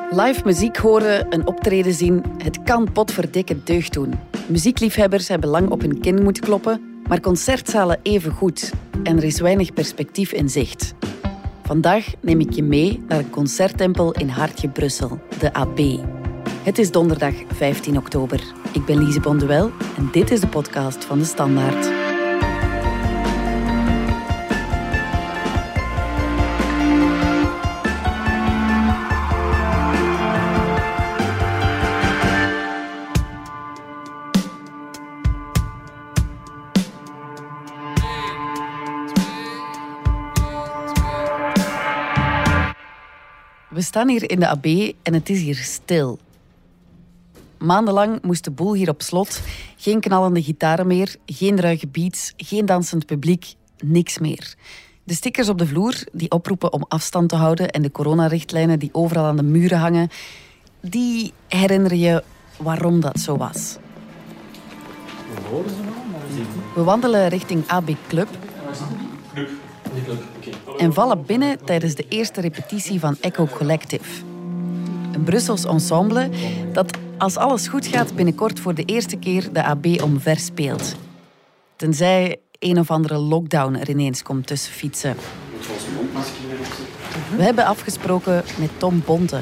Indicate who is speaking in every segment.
Speaker 1: Live muziek horen, een optreden zien, het kan potverdikke deugd doen. Muziekliefhebbers hebben lang op hun kin moeten kloppen, maar concertzalen even goed. En er is weinig perspectief in zicht. Vandaag neem ik je mee naar een concerttempel in Hartje, Brussel, de AB. Het is donderdag 15 oktober. Ik ben Lise Bonduel en dit is de podcast van De Standaard. We staan hier in de AB en het is hier stil. Maandenlang moest de boel hier op slot. Geen knallende gitaren meer, geen ruige beats, geen dansend publiek, niks meer. De stickers op de vloer die oproepen om afstand te houden en de coronarichtlijnen die overal aan de muren hangen, die herinneren je waarom dat zo was. We wandelen richting AB Club en vallen binnen tijdens de eerste repetitie van Echo Collective. Een Brussels ensemble dat, als alles goed gaat, binnenkort voor de eerste keer de AB omver speelt. Tenzij een of andere lockdown er ineens komt tussen fietsen. We hebben afgesproken met Tom Bonte,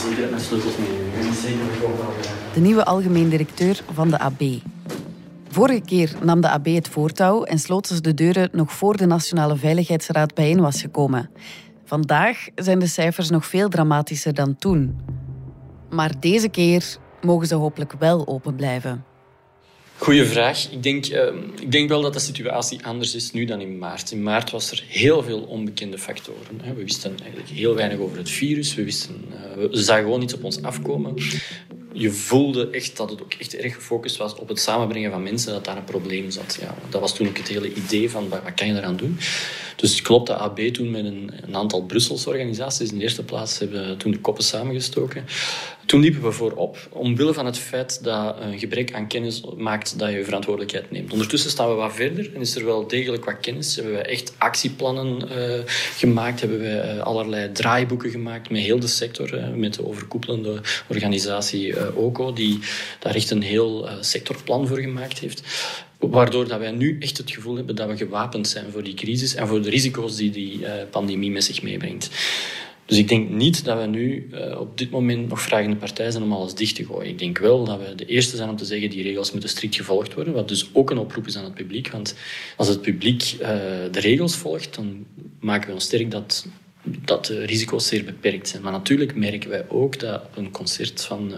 Speaker 1: de nieuwe algemeen directeur van de AB. Vorige keer nam de AB het voortouw en sloten ze de deuren nog voor de Nationale Veiligheidsraad bijeen was gekomen. Vandaag zijn de cijfers nog veel dramatischer dan toen. Maar deze keer mogen ze hopelijk wel open blijven.
Speaker 2: Goeie vraag. Ik denk wel dat de situatie anders is nu dan in maart. In maart was er heel veel onbekende factoren. We wisten eigenlijk heel weinig over het virus. We zagen gewoon iets op ons afkomen. Je voelde echt dat het ook echt erg gefocust was op het samenbrengen van mensen, dat daar een probleem zat. Ja, dat was toen ook het hele idee van wat kan je daaraan doen. Dus klopt, de AB toen met een aantal Brusselse organisaties in de eerste plaats hebben toen de koppen samengestoken. Toen liepen we voorop, omwille van het feit dat een gebrek aan kennis maakt dat je verantwoordelijkheid neemt. Ondertussen staan we wat verder en is er wel degelijk wat kennis. Hebben we echt actieplannen gemaakt, hebben we allerlei draaiboeken gemaakt met heel de sector, met de overkoepelende organisatie OCO, die daar echt een heel sectorplan voor gemaakt heeft. Waardoor dat wij nu echt het gevoel hebben dat we gewapend zijn voor die crisis en voor de risico's die die pandemie met zich meebrengt. Dus ik denk niet dat we nu op dit moment nog vragende partij zijn om alles dicht te gooien. Ik denk wel dat we de eerste zijn om te zeggen die regels moeten strikt gevolgd worden, wat dus ook een oproep is aan het publiek. Want als het publiek de regels volgt, dan maken we ons sterk dat de risico's zeer beperkt zijn. Maar natuurlijk merken wij ook dat op een concert van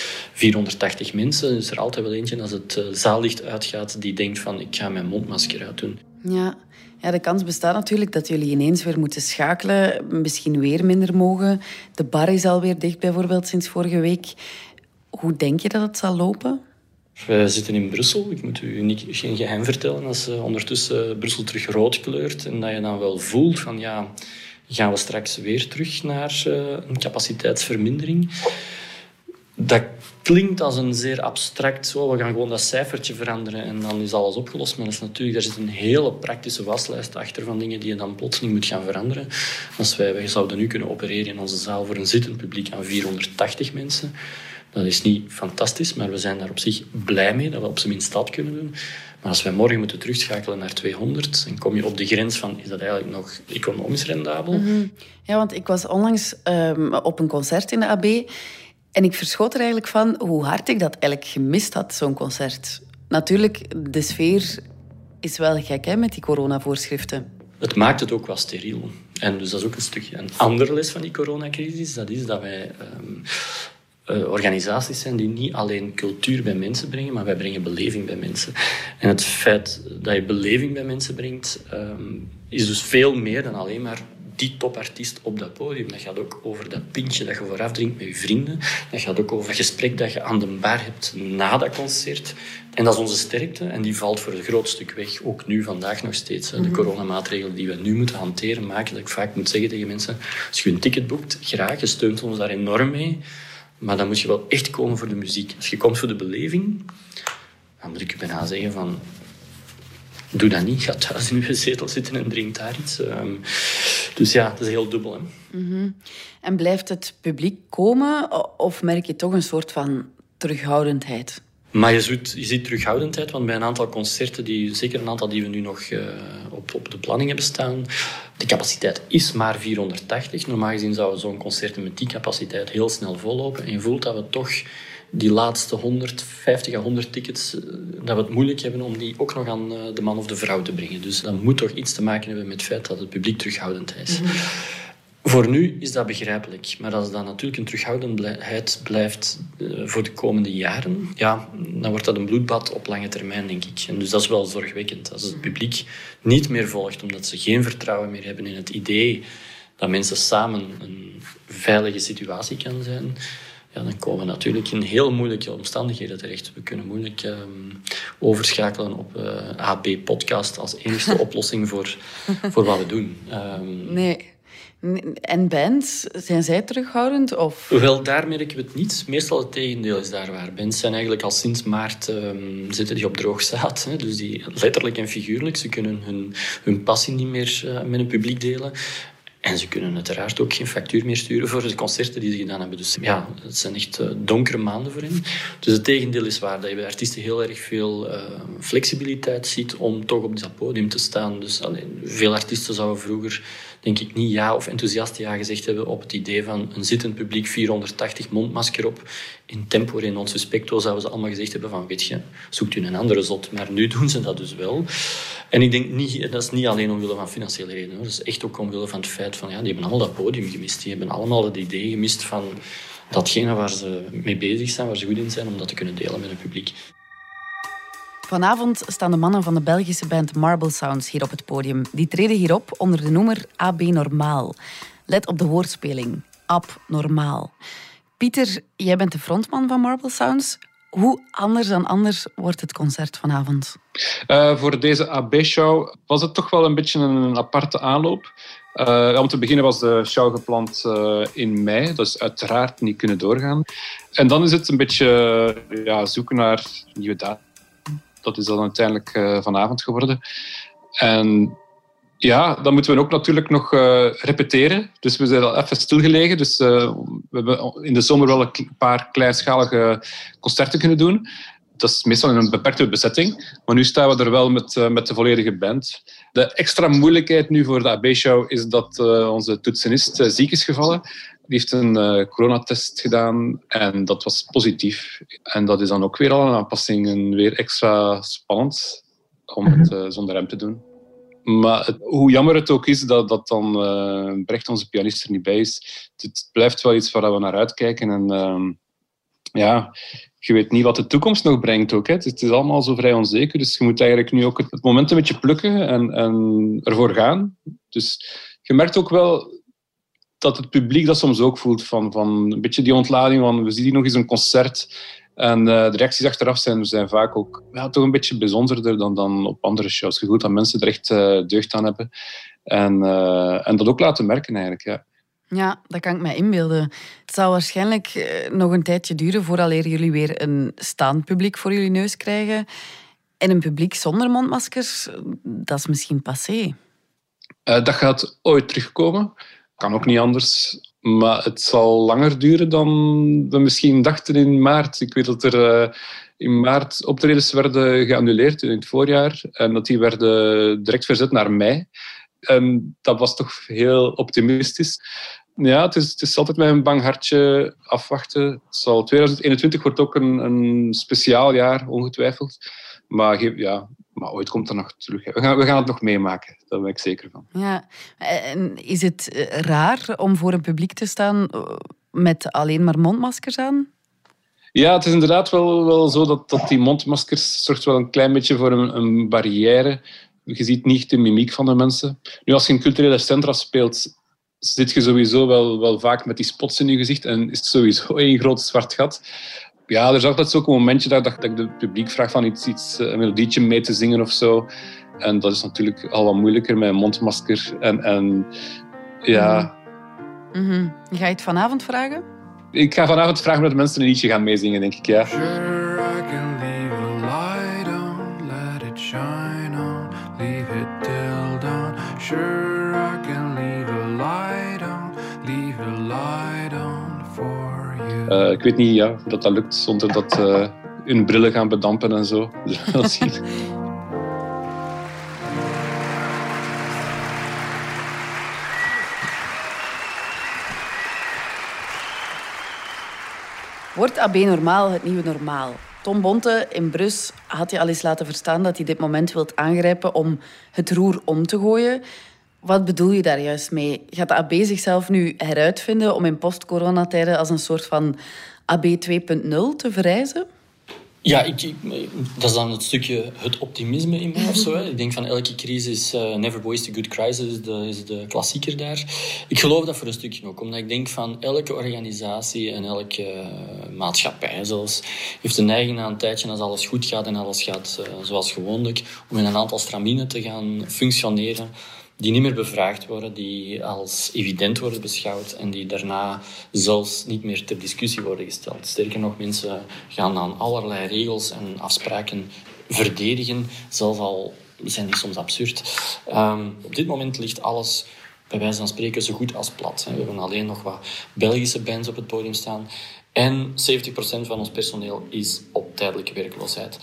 Speaker 2: 480 mensen is er altijd wel eentje als het zaallicht uitgaat die denkt van ik ga mijn mondmasker uitdoen.
Speaker 1: Ja, de kans bestaat natuurlijk dat jullie ineens weer moeten schakelen, misschien weer minder mogen. De bar is alweer dicht bijvoorbeeld sinds vorige week. Hoe denk je dat het zal lopen?
Speaker 2: We zitten in Brussel. Ik moet u geen geheim vertellen als ondertussen Brussel terug rood kleurt en dat je dan wel voelt van ja, gaan we straks weer terug naar een capaciteitsvermindering. Dat klinkt als een zeer abstract zo. We gaan gewoon dat cijfertje veranderen en dan is alles opgelost. Maar dat is natuurlijk, daar zit een hele praktische waslijst achter van dingen die je dan plotseling moet gaan veranderen. Als wij zouden nu kunnen opereren in onze zaal voor een zittend publiek aan 480 mensen. Dat is niet fantastisch, maar we zijn daar op zich blij mee dat we op zijn minst dat kunnen doen. Maar als wij morgen moeten terugschakelen naar 200, dan kom je op de grens van, is dat eigenlijk nog economisch rendabel?
Speaker 1: Mm-hmm. Ja, want ik was onlangs op een concert in de AB en ik verschoot er eigenlijk van hoe hard ik dat eigenlijk gemist had, zo'n concert. Natuurlijk, de sfeer is wel gek hè, met die coronavoorschriften.
Speaker 2: Het maakt het ook wel steriel. En dus dat is ook een stukje een andere les van die coronacrisis. Dat is dat wij organisaties zijn die niet alleen cultuur bij mensen brengen, maar wij brengen beleving bij mensen. En het feit dat je beleving bij mensen brengt, is dus veel meer dan alleen maar die topartiest op dat podium. Dat gaat ook over dat pintje dat je vooraf drinkt met je vrienden. Dat gaat ook over het gesprek dat je aan de bar hebt na dat concert. En dat is onze sterkte en die valt voor een groot stuk weg. Ook nu, vandaag nog steeds. De coronamaatregelen die we nu moeten hanteren maken dat ik vaak moet zeggen tegen mensen, als je een ticket boekt, graag, je steunt ons daar enorm mee. Maar dan moet je wel echt komen voor de muziek. Als je komt voor de beleving, dan moet ik je bijna zeggen van Doe dat niet. Ga thuis in uw zetel zitten en drink daar iets. Dus ja, dat is heel dubbel. Hè.
Speaker 1: Mm-hmm. En blijft het publiek komen of merk je toch een soort van terughoudendheid?
Speaker 2: Maar je ziet terughoudendheid, want bij een aantal concerten, zeker een aantal die we nu nog op de planning hebben staan, de capaciteit is maar 480. Normaal gezien zouden zo'n concerten met die capaciteit heel snel vollopen. En je voelt dat we toch die laatste 150 à 100 tickets, dat we het moeilijk hebben om die ook nog aan de man of de vrouw te brengen. Dus dat moet toch iets te maken hebben met het feit dat het publiek terughoudend is. Mm-hmm. Voor nu is dat begrijpelijk. Maar als dat natuurlijk een terughoudendheid blijft voor de komende jaren, ja, dan wordt dat een bloedbad op lange termijn, denk ik. En dus dat is wel zorgwekkend. Als het publiek niet meer volgt, omdat ze geen vertrouwen meer hebben in het idee dat mensen samen een veilige situatie kan zijn, ja, dan komen we natuurlijk in heel moeilijke omstandigheden terecht. We kunnen moeilijk overschakelen op AB-podcast als enigste oplossing voor wat we doen.
Speaker 1: Nee. En bands, zijn zij terughoudend? Of?
Speaker 2: Wel, daar merken we het niet. Meestal het tegendeel is daar waar. Bands zijn eigenlijk al sinds maart zitten die op droog zaad. Hè. Dus die letterlijk en figuurlijk. Ze kunnen hun passie niet meer met het publiek delen. En ze kunnen uiteraard ook geen factuur meer sturen voor de concerten die ze gedaan hebben. Dus ja, het zijn echt donkere maanden voor hen. Dus het tegendeel is waar, dat je bij artiesten heel erg veel flexibiliteit ziet om toch op dat podium te staan. Dus veel artiesten zouden vroeger, denk ik, niet ja of enthousiast ja gezegd hebben op het idee van een zittend publiek, 480 mondmasker op. In tempo en non suspecto zouden ze allemaal gezegd hebben van, weet je, zoekt u een andere zot. Maar nu doen ze dat dus wel. En ik denk niet, dat is niet alleen omwille van financiële redenen, hoor. Dat is echt ook omwille van het feit van, ja, die hebben allemaal dat podium gemist. Die hebben allemaal het idee gemist van datgene waar ze mee bezig zijn, waar ze goed in zijn, om dat te kunnen delen met het publiek.
Speaker 1: Vanavond staan de mannen van de Belgische band Marble Sounds hier op het podium. Die treden hierop onder de noemer AB Normaal. Let op de woordspeling. Abnormaal. Pieter, jij bent de frontman van Marble Sounds. Hoe anders dan anders wordt het concert vanavond?
Speaker 3: Voor deze AB-show was het toch wel een beetje een aparte aanloop. Om te beginnen was de show gepland in mei. Dat is uiteraard niet kunnen doorgaan. En dan is het een beetje zoeken naar nieuwe data. Dat is dan uiteindelijk vanavond geworden. En ja, dan moeten we ook natuurlijk nog repeteren. Dus we zijn al even stilgelegen. Dus we hebben in de zomer wel een paar kleinschalige concerten kunnen doen. Dat is meestal in een beperkte bezetting. Maar nu staan we er wel met de volledige band. De extra moeilijkheid nu voor de AB-show is dat onze toetsenist ziek is gevallen. Die heeft een coronatest gedaan en dat was positief. En dat is dan ook weer al een aanpassing en weer extra spannend om het zonder hem te doen. Maar hoe jammer het ook is dat dan Brecht, onze pianist, er niet bij is. Het blijft wel iets waar we naar uitkijken. En je weet niet wat de toekomst nog brengt ook. Hè. Het is allemaal zo vrij onzeker. Dus je moet eigenlijk nu ook het moment een beetje plukken en ervoor gaan. Dus je merkt ook wel dat het publiek dat soms ook voelt van een beetje die ontlading van we zien hier nog eens een concert. En de reacties achteraf zijn vaak ook toch een beetje bijzonderder dan op andere shows. Je voelt dat mensen er echt deugd aan hebben. En dat ook laten merken eigenlijk, ja.
Speaker 1: Ja, dat kan ik me inbeelden. Het zal waarschijnlijk nog een tijdje duren vooraleer jullie weer een staand publiek voor jullie neus krijgen. En een publiek zonder mondmaskers, dat is misschien passé.
Speaker 3: Dat gaat ooit terugkomen. Kan ook niet anders. Maar het zal langer duren dan we misschien dachten in maart. Ik weet dat er in maart optredens werden geannuleerd in het voorjaar. En dat die werden direct verzet naar mei. En dat was toch heel optimistisch. Ja, het is altijd met een bang hartje afwachten. 2021 wordt ook een speciaal jaar, ongetwijfeld. Maar ooit komt dat nog terug. We gaan het nog meemaken, daar ben ik zeker van.
Speaker 1: Ja, en is het raar om voor een publiek te staan met alleen maar mondmaskers aan?
Speaker 3: Ja, het is inderdaad wel zo dat die mondmaskers zorgt wel een klein beetje voor een barrière. Je ziet niet de mimiek van de mensen. Nu, als je in culturele centra speelt, zit je sowieso wel vaak met die spots in je gezicht en is het sowieso één groot zwart gat. Ja, er is altijd ook een momentje dat ik de publiek vraag van een melodietje mee te zingen of zo. En dat is natuurlijk al wat moeilijker met een mondmasker.
Speaker 1: Mm-hmm. Ga je het vanavond vragen?
Speaker 3: Ik ga vanavond vragen dat de mensen een liedje gaan meezingen, denk ik, ja.
Speaker 4: Sure, I can leave a light on, let it shine on
Speaker 3: Ik weet niet hoe dat lukt zonder dat hun brillen gaan bedampen en zo. We zullen wel zien.
Speaker 1: Wordt AB Normaal het nieuwe normaal? Tom Bonte in Brus had je al eens laten verstaan dat hij dit moment wilt aangrijpen om het roer om te gooien. Wat bedoel je daar juist mee? Gaat de AB zichzelf nu heruitvinden om in post-coronatijden als een soort van AB 2.0 te verrijzen?
Speaker 2: Ja, dat is dan het stukje het optimisme in mij of zo. Hè. Ik denk van elke crisis, never waste a good crisis, is de klassieker daar. Ik geloof dat voor een stukje ook, omdat ik denk van elke organisatie en elke maatschappij zelfs heeft de neiging aan een tijdje, als alles goed gaat en alles gaat zoals gewoonlijk, om in een aantal straminen te gaan functioneren die niet meer bevraagd worden, die als evident worden beschouwd en die daarna zelfs niet meer ter discussie worden gesteld. Sterker nog, mensen gaan aan allerlei regels en afspraken verdedigen, zelfs al zijn die soms absurd. Op dit moment ligt alles, bij wijze van spreken, zo goed als plat. We hebben alleen nog wat Belgische bands op het podium staan en 70% van ons personeel is op tijdelijke werkloosheid.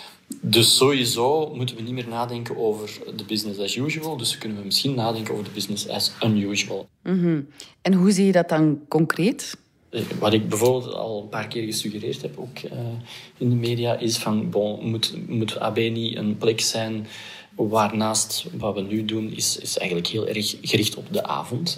Speaker 2: Dus sowieso moeten we niet meer nadenken over de business as usual. Dus kunnen we misschien nadenken over de business as unusual.
Speaker 1: Mm-hmm. En hoe zie je dat dan concreet?
Speaker 2: Wat ik bijvoorbeeld al een paar keer gesuggereerd heb, ook in de media, is van, moet AB niet een plek zijn waarnaast wat we nu doen, is eigenlijk heel erg gericht op de avond.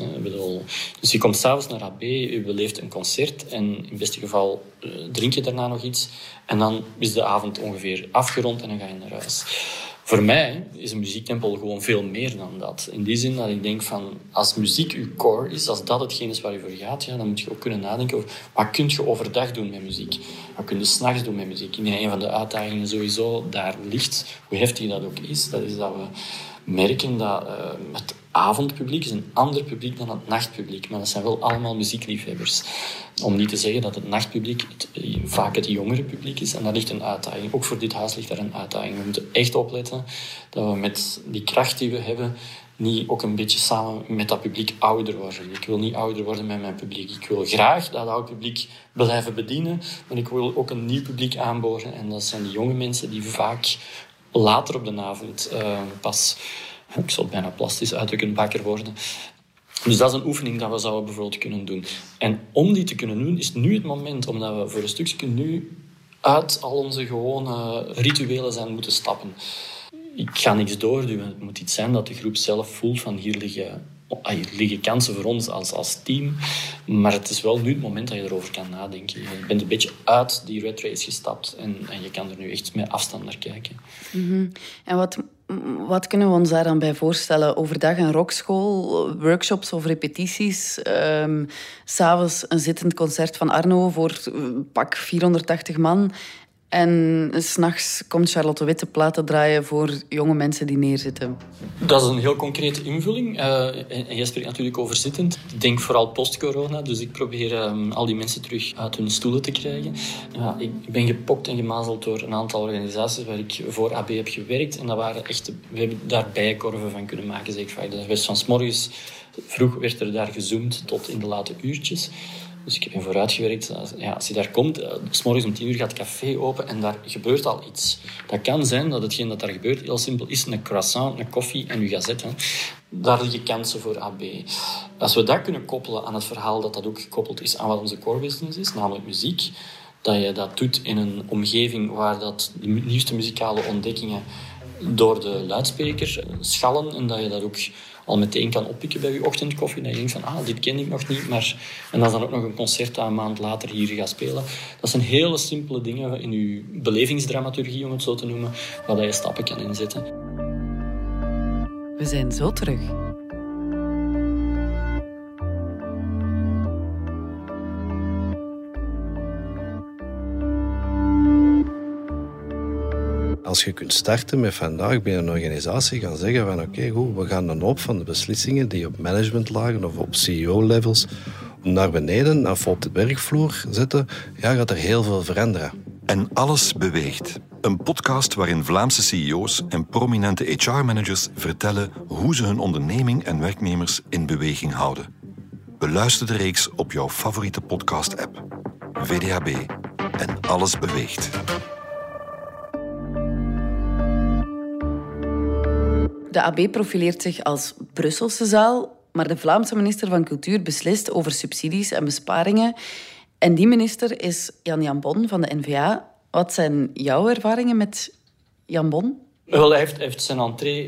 Speaker 2: Dus je komt 's avonds naar AB, je beleeft een concert en in het beste geval drink je daarna nog iets. En dan is de avond ongeveer afgerond en dan ga je naar huis. Voor mij is een muziektempel gewoon veel meer dan dat. In die zin dat ik denk van, als muziek je core is, als dat hetgeen is waar je voor gaat, dan moet je ook kunnen nadenken over wat kun je overdag doen met muziek. Wat kun je 's nachts doen met muziek. En een van de uitdagingen sowieso daar ligt, hoe heftig dat ook is, dat is dat we merken dat het avondpubliek is een ander publiek dan het nachtpubliek. Maar dat zijn wel allemaal muziekliefhebbers. Om niet te zeggen dat het nachtpubliek vaak het jongere publiek is. En daar ligt een uitdaging. Ook voor dit huis ligt daar een uitdaging. We moeten echt opletten dat we met die kracht die we hebben niet ook een beetje samen met dat publiek ouder worden. Ik wil niet ouder worden met mijn publiek. Ik wil graag dat oude publiek blijven bedienen. Maar ik wil ook een nieuw publiek aanboren. En dat zijn die jonge mensen die vaak later op de avond pas, ik zal het bijna plastisch uitdrukken, wakker worden. Dus dat is een oefening dat we zouden bijvoorbeeld kunnen doen. En om die te kunnen doen, is nu het moment, omdat we voor een stukje nu uit al onze gewone rituelen zijn moeten stappen. Ik ga niks doorduwen. Het moet iets zijn dat de groep zelf voelt van hier liggen kansen voor ons als team. Maar het is wel nu het moment dat je erover kan nadenken. Je bent een beetje uit die red race gestapt en je kan er nu echt met afstand naar kijken.
Speaker 1: Mm-hmm. En wat kunnen we ons daar dan bij voorstellen? Overdag een rockschool, workshops of repetities. 'S'avonds een zittend concert van Arno voor pak 480 man. En 's nachts komt Charlotte Witte platen draaien voor jonge mensen die neerzitten.
Speaker 2: Dat is een heel concrete invulling. En jij spreekt natuurlijk over zittend. Ik denk vooral post-corona, dus ik probeer al die mensen terug uit hun stoelen te krijgen. Ik ben gepokt en gemazeld door een aantal organisaties waar ik voor AB heb gewerkt. En dat waren echt, we hebben daar bijenkorven van kunnen maken, zeg ik vaak. Dat was van 's morgens vroeg werd er daar gezoomd tot in de late uurtjes. Dus ik heb vooruit gewerkt. Als je daar komt, 's morgens om 10 uur gaat het café open en daar gebeurt al iets. Dat kan zijn dat hetgeen dat daar gebeurt heel simpel is. Een croissant, een koffie en je gazette. Daar liggen kansen voor AB. Als we dat kunnen koppelen aan het verhaal dat ook gekoppeld is aan wat onze core business is, namelijk muziek, dat je dat doet in een omgeving waar dat de nieuwste muzikale ontdekkingen door de luidspreker schallen en dat je dat ook al meteen kan oppikken bij je ochtendkoffie. Dat je denkt van, dit ken ik nog niet. En als dan ook nog een concert een maand later hier gaat spelen. Dat zijn hele simpele dingen in je belevingsdramaturgie, om het zo te noemen, waar je stappen kan inzetten.
Speaker 1: We zijn zo terug.
Speaker 4: Als je kunt starten met vandaag binnen een organisatie gaan zeggen van oké, goed, we gaan dan op van de beslissingen die op managementlagen of op CEO-levels naar beneden of op de werkvloer zetten, gaat er heel veel veranderen.
Speaker 5: En alles beweegt. Een podcast waarin Vlaamse CEO's en prominente HR-managers vertellen hoe ze hun onderneming en werknemers in beweging houden. Beluister de reeks op jouw favoriete podcast-app. VDAB. En alles beweegt.
Speaker 1: De AB profileert zich als Brusselse zaal, maar de Vlaamse minister van Cultuur beslist over subsidies en besparingen. En die minister is Jan Bon van de N-VA. Wat zijn jouw ervaringen met Jan Bon?
Speaker 2: Wel, hij heeft zijn entree,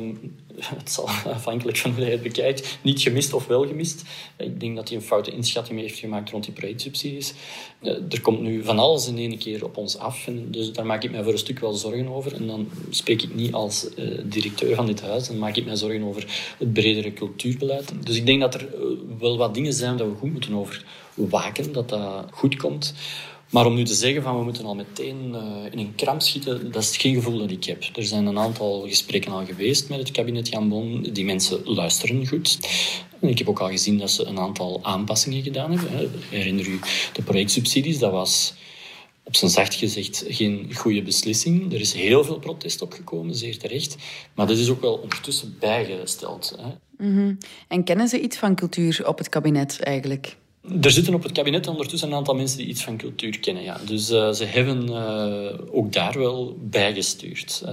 Speaker 2: het zal afhankelijk van hoe hij het bekijkt, niet gemist of wel gemist. Ik denk dat hij een foute inschatting heeft gemaakt rond die projectsubsidies. Er komt nu van alles in één keer op ons af. En dus daar maak ik mij voor een stuk wel zorgen over. En dan spreek ik niet als directeur van dit huis. Dan maak ik mij zorgen over het bredere cultuurbeleid. Dus ik denk dat er wel wat dingen zijn dat we goed moeten over waken, dat dat goed komt. Maar om nu te zeggen van we moeten al meteen in een kramp schieten, dat is geen gevoel dat ik heb. Er zijn een aantal gesprekken al geweest met het kabinet Jan Bon. Die mensen luisteren goed. En ik heb ook al gezien dat ze een aantal aanpassingen gedaan hebben. Herinner u de projectsubsidies? Dat was op zijn zacht gezegd geen goede beslissing. Er is heel veel protest opgekomen, zeer terecht. Maar dat is ook wel ondertussen bijgesteld.
Speaker 1: Mm-hmm. En kennen ze iets van cultuur op het kabinet eigenlijk?
Speaker 2: Er zitten op het kabinet ondertussen een aantal mensen die iets van cultuur kennen. Ja. Dus ze hebben ook daar wel bijgestuurd.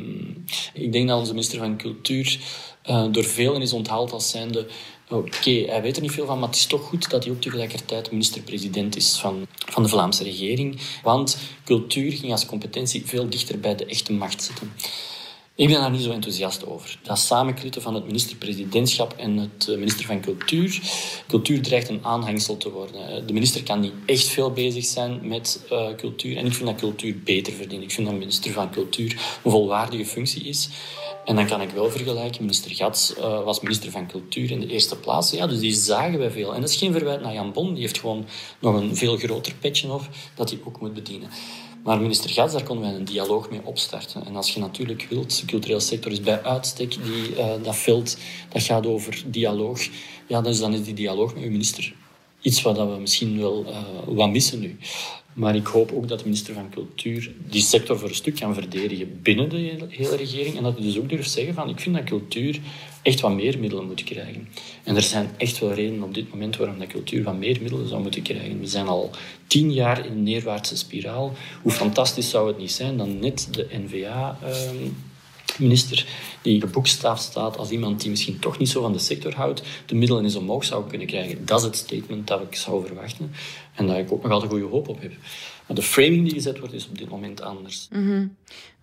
Speaker 2: Ik denk dat onze minister van Cultuur door velen is onthaald als zijnde... Oké, hij weet er niet veel van, maar het is toch goed dat hij ook tegelijkertijd minister-president is van de Vlaamse regering. Want cultuur ging als competentie veel dichter bij de echte macht zitten. Ik ben daar niet zo enthousiast over. Dat samenklitten van het minister-presidentschap en het minister van Cultuur. Cultuur dreigt een aanhangsel te worden. De minister kan niet echt veel bezig zijn met cultuur. En ik vind dat cultuur beter verdient. Ik vind dat minister van Cultuur een volwaardige functie is. En dan kan ik wel vergelijken. Minister Gats was minister van Cultuur in de eerste plaats. Ja, dus die zagen wij veel. En dat is geen verwijt naar Jan Bon. Die heeft gewoon nog een veel groter petje op dat hij ook moet bedienen. Maar minister Gats, daar konden wij een dialoog mee opstarten. En als je natuurlijk wilt, de culturele sector is bij uitstek dat veld dat gaat over dialoog. Ja, dus dan is die dialoog met uw minister iets wat we misschien wel wat missen nu. Maar ik hoop ook dat de minister van Cultuur die sector voor een stuk kan verdedigen binnen de hele regering. En dat hij dus ook durft zeggen van ik vind dat cultuur echt wat meer middelen moet krijgen. En er zijn echt wel redenen op dit moment waarom dat cultuur wat meer middelen zou moeten krijgen. We zijn al 10 jaar in een neerwaartse spiraal. Hoe fantastisch zou het niet zijn dan net de N-VA... minister die geboekstaafd staat als iemand die misschien toch niet zo van de sector houdt, de middelen eens omhoog zou kunnen krijgen. Dat is het statement dat ik zou verwachten en daar ik ook nog altijd goede hoop op heb. Maar de framing die gezet wordt is op dit moment anders.
Speaker 1: Mm-hmm.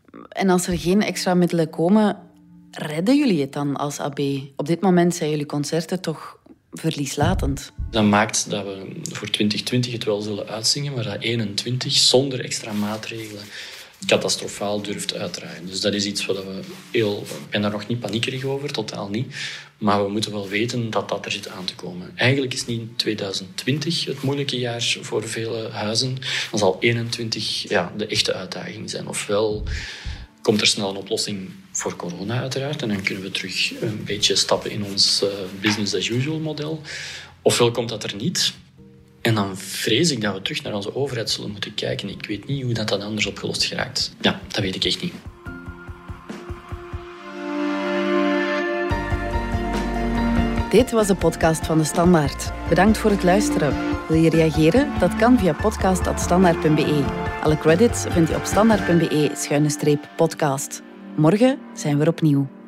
Speaker 1: En als er geen extra middelen komen, redden jullie het dan als AB? Op dit moment zijn jullie concerten toch verlieslatend?
Speaker 2: Dat maakt dat we voor 2020 het wel zullen uitzingen, maar dat 2021 zonder extra maatregelen catastrofaal durft uitdraaien. Dus dat is iets wat we ik ben daar nog niet paniekerig over, totaal niet. Maar we moeten wel weten dat dat er zit aan te komen. Eigenlijk is niet 2020 het moeilijke jaar voor vele huizen. Dan zal 2021 de echte uitdaging zijn. Ofwel komt er snel een oplossing voor corona uiteraard en dan kunnen we terug een beetje stappen in ons business as usual model. Ofwel komt dat er niet. En dan vrees ik dat we terug naar onze overheid zullen moeten kijken. Ik weet niet hoe dat anders opgelost geraakt. Ja, dat weet ik echt niet.
Speaker 1: Dit was de podcast van De Standaard. Bedankt voor het luisteren. Wil je reageren? Dat kan via podcast@standaard.be. Alle credits vind je op standaard.be/podcast. Morgen zijn we er opnieuw.